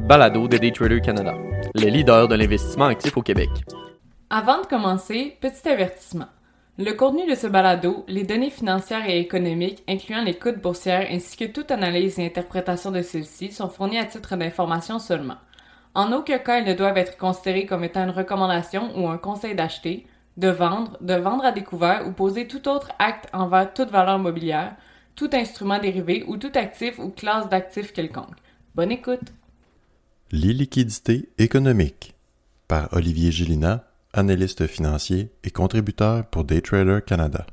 balado de Daytrader Canada, le leader de l'investissement actif au Québec. Avant de commencer, petit avertissement. Le contenu de ce balado, les données financières et économiques, incluant les cotes boursières ainsi que toute analyse et interprétation de celles-ci, sont fournis à titre d'information seulement. En aucun cas, elles ne doivent être considérées comme étant une recommandation ou un conseil d'acheter, de vendre à découvert ou poser tout autre acte envers toute valeur mobilière, tout instrument dérivé ou tout actif ou classe d'actifs quelconque. Bonne écoute! L'illiquidité économique par Olivier Gélina, analyste financier et contributeur pour Daytrader Canada.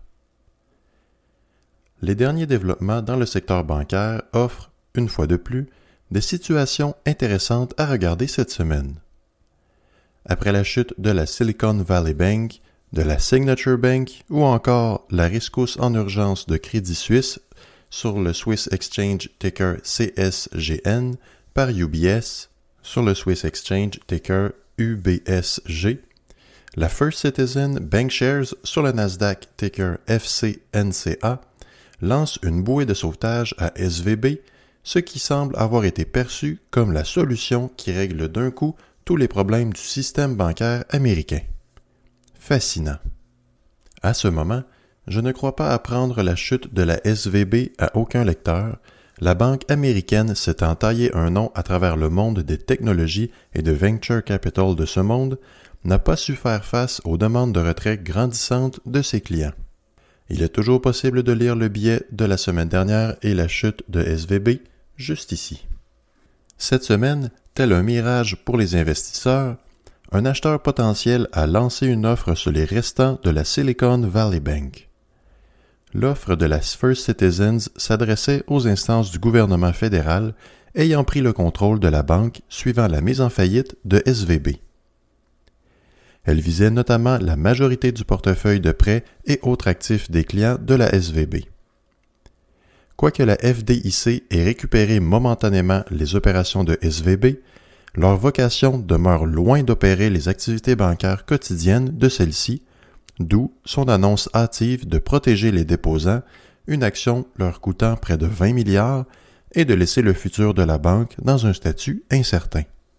Les derniers développements dans le secteur bancaire offrent, une fois de plus, des situations intéressantes à regarder cette semaine. Après la chute de la Silicon Valley Bank, de la Signature Bank ou encore la rescousse en urgence de Crédit Suisse sur le Swiss Exchange ticker CSGN par UBS, sur le Swiss Exchange ticker UBSG, la First Citizen Bankshares sur le Nasdaq ticker FCNCA lance une bouée de sauvetage à SVB, ce qui semble avoir été perçu comme la solution qui règle d'un coup tous les problèmes du système bancaire américain. Fascinant. À ce moment, je ne crois pas apprendre la chute de la SVB à aucun lecteur, la banque américaine s'étant taillé un nom à travers le monde des technologies et de venture capital de ce monde, n'a pas su faire face aux demandes de retrait grandissantes de ses clients. Il est toujours possible de lire le billet de la semaine dernière et la chute de SVB, juste ici. Cette semaine, tel un mirage pour les investisseurs, un acheteur potentiel a lancé une offre sur les restants de la Silicon Valley Bank. L'offre de la First Citizens s'adressait aux instances du gouvernement fédéral ayant pris le contrôle de la banque suivant la mise en faillite de SVB. Elle visait notamment la majorité du portefeuille de prêts et autres actifs des clients de la SVB. Quoique la FDIC ait récupéré momentanément les opérations de SVB, leur vocation demeure loin d'opérer les activités bancaires quotidiennes de celle-ci, d'où son annonce hâtive de protéger les déposants, une action leur coûtant près de 20 milliards, et de laisser le futur de la banque dans un statut incertain.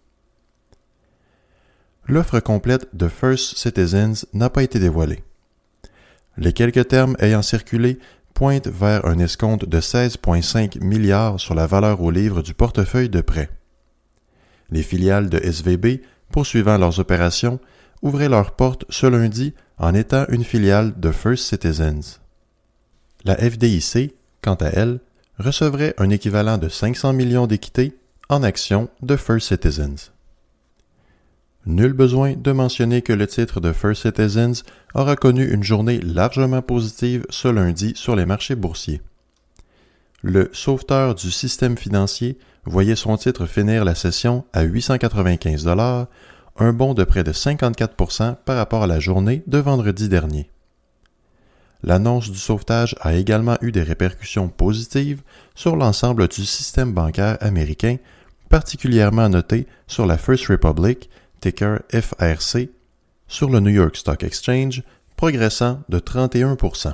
L'offre complète de First Citizens n'a pas été dévoilée. Les quelques termes ayant circulé pointent vers un escompte de 16,5 milliards sur la valeur au livre du portefeuille de prêts. Les filiales de SVB, poursuivant leurs opérations, ouvraient leurs portes ce lundi en étant une filiale de First Citizens. La FDIC, quant à elle, recevrait un équivalent de 500 millions d'équités en actions de First Citizens. Nul besoin de mentionner que le titre de First Citizens aura connu une journée largement positive ce lundi sur les marchés boursiers. Le sauveteur du système financier voyait son titre finir la session à 895 $, un bond de près de 54% par rapport à la journée de vendredi dernier. L'annonce du sauvetage a également eu des répercussions positives sur l'ensemble du système bancaire américain, particulièrement noté sur la First Republic, ticker FRC, sur le New York Stock Exchange, progressant de 31%.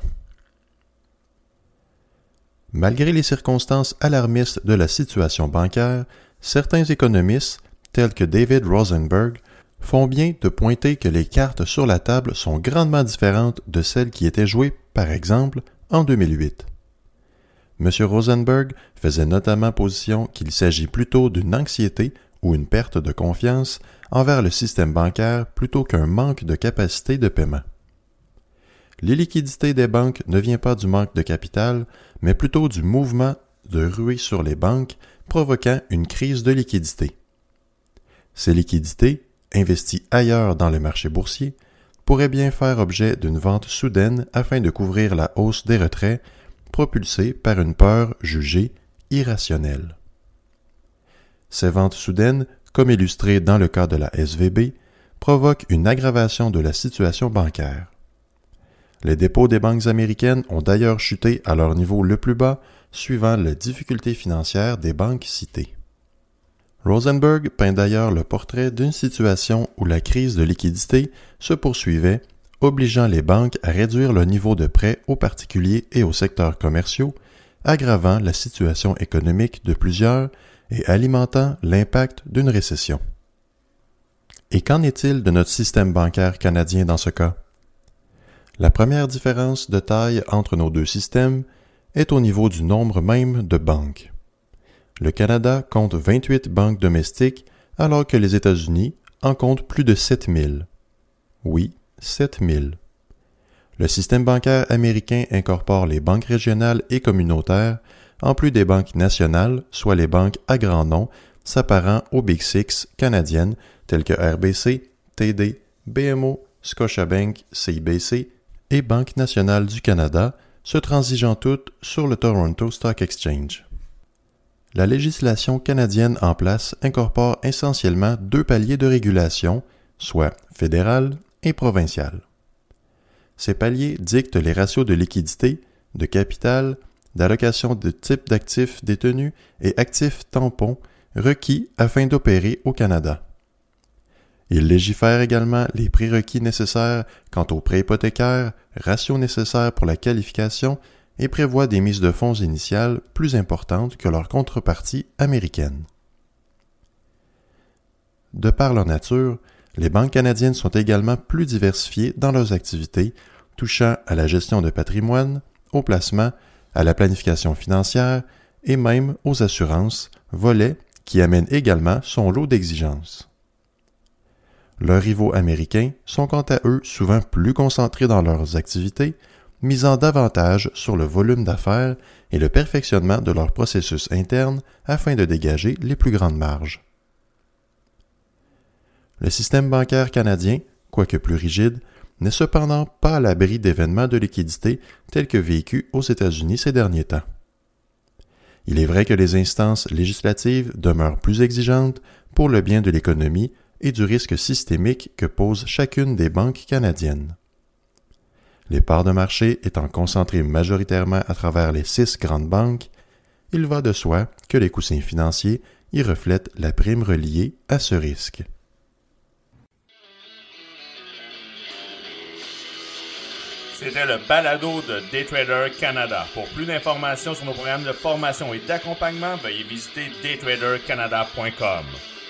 Malgré les circonstances alarmistes de la situation bancaire, certains économistes, tels que David Rosenberg, font bien de pointer que les cartes sur la table sont grandement différentes de celles qui étaient jouées, par exemple, en 2008. M. Rosenberg faisait notamment position qu'il s'agit plutôt d'une anxiété ou une perte de confiance envers le système bancaire plutôt qu'un manque de capacité de paiement. L'illiquidité des banques ne vient pas du manque de capital, mais plutôt du mouvement de ruée sur les banques provoquant une crise de liquidité. Ces liquidités, investies ailleurs dans le marché boursier, pourraient bien faire objet d'une vente soudaine afin de couvrir la hausse des retraits, propulsée par une peur jugée irrationnelle. Ces ventes soudaines, comme illustré dans le cas de la SVB, provoquent une aggravation de la situation bancaire. Les dépôts des banques américaines ont d'ailleurs chuté à leur niveau le plus bas, suivant les difficultés financières des banques citées. Rosenberg peint d'ailleurs le portrait d'une situation où la crise de liquidité se poursuivait, obligeant les banques à réduire le niveau de prêts aux particuliers et aux secteurs commerciaux, aggravant la situation économique de plusieurs et alimentant l'impact d'une récession. Et qu'en est-il de notre système bancaire canadien dans ce cas? La première différence de taille entre nos deux systèmes est au niveau du nombre même de banques. Le Canada compte 28 banques domestiques alors que les États-Unis en comptent plus de 7000. Oui, 7000. Le système bancaire américain incorpore les banques régionales et communautaires, en plus des banques nationales, soit les banques à grand nom, s'apparant aux Big Six canadiennes telles que RBC, TD, BMO, Scotiabank, CIBC et Banque nationale du Canada, se transigeant toutes sur le Toronto Stock Exchange. La législation canadienne en place incorpore essentiellement deux paliers de régulation, soit fédéral et provincial. Ces paliers dictent les ratios de liquidité, de capital, d'allocation de type d'actifs détenus et actifs tampons requis afin d'opérer au Canada. Ils légifèrent également les prérequis nécessaires quant aux prêts hypothécaires, ratios nécessaires pour la qualification et prévoient des mises de fonds initiales plus importantes que leur contrepartie américaine. De par leur nature, les banques canadiennes sont également plus diversifiées dans leurs activités, touchant à la gestion de patrimoine, au placement, à la planification financière et même aux assurances, volets qui amènent également son lot d'exigences. Leurs rivaux américains sont quant à eux souvent plus concentrés dans leurs activités, misant davantage sur le volume d'affaires et le perfectionnement de leur processus interne afin de dégager les plus grandes marges. Le système bancaire canadien, quoique plus rigide, n'est cependant pas à l'abri d'événements de liquidité tels que vécus aux États-Unis ces derniers temps. Il est vrai que les instances législatives demeurent plus exigeantes pour le bien de l'économie et du risque systémique que pose chacune des banques canadiennes. Les parts de marché étant concentrées majoritairement à travers les 6 grandes banques, il va de soi que les coussins financiers y reflètent la prime reliée à ce risque. C'était le balado de Daytrader Canada. Pour plus d'informations sur nos programmes de formation et d'accompagnement, veuillez visiter daytradercanada.com.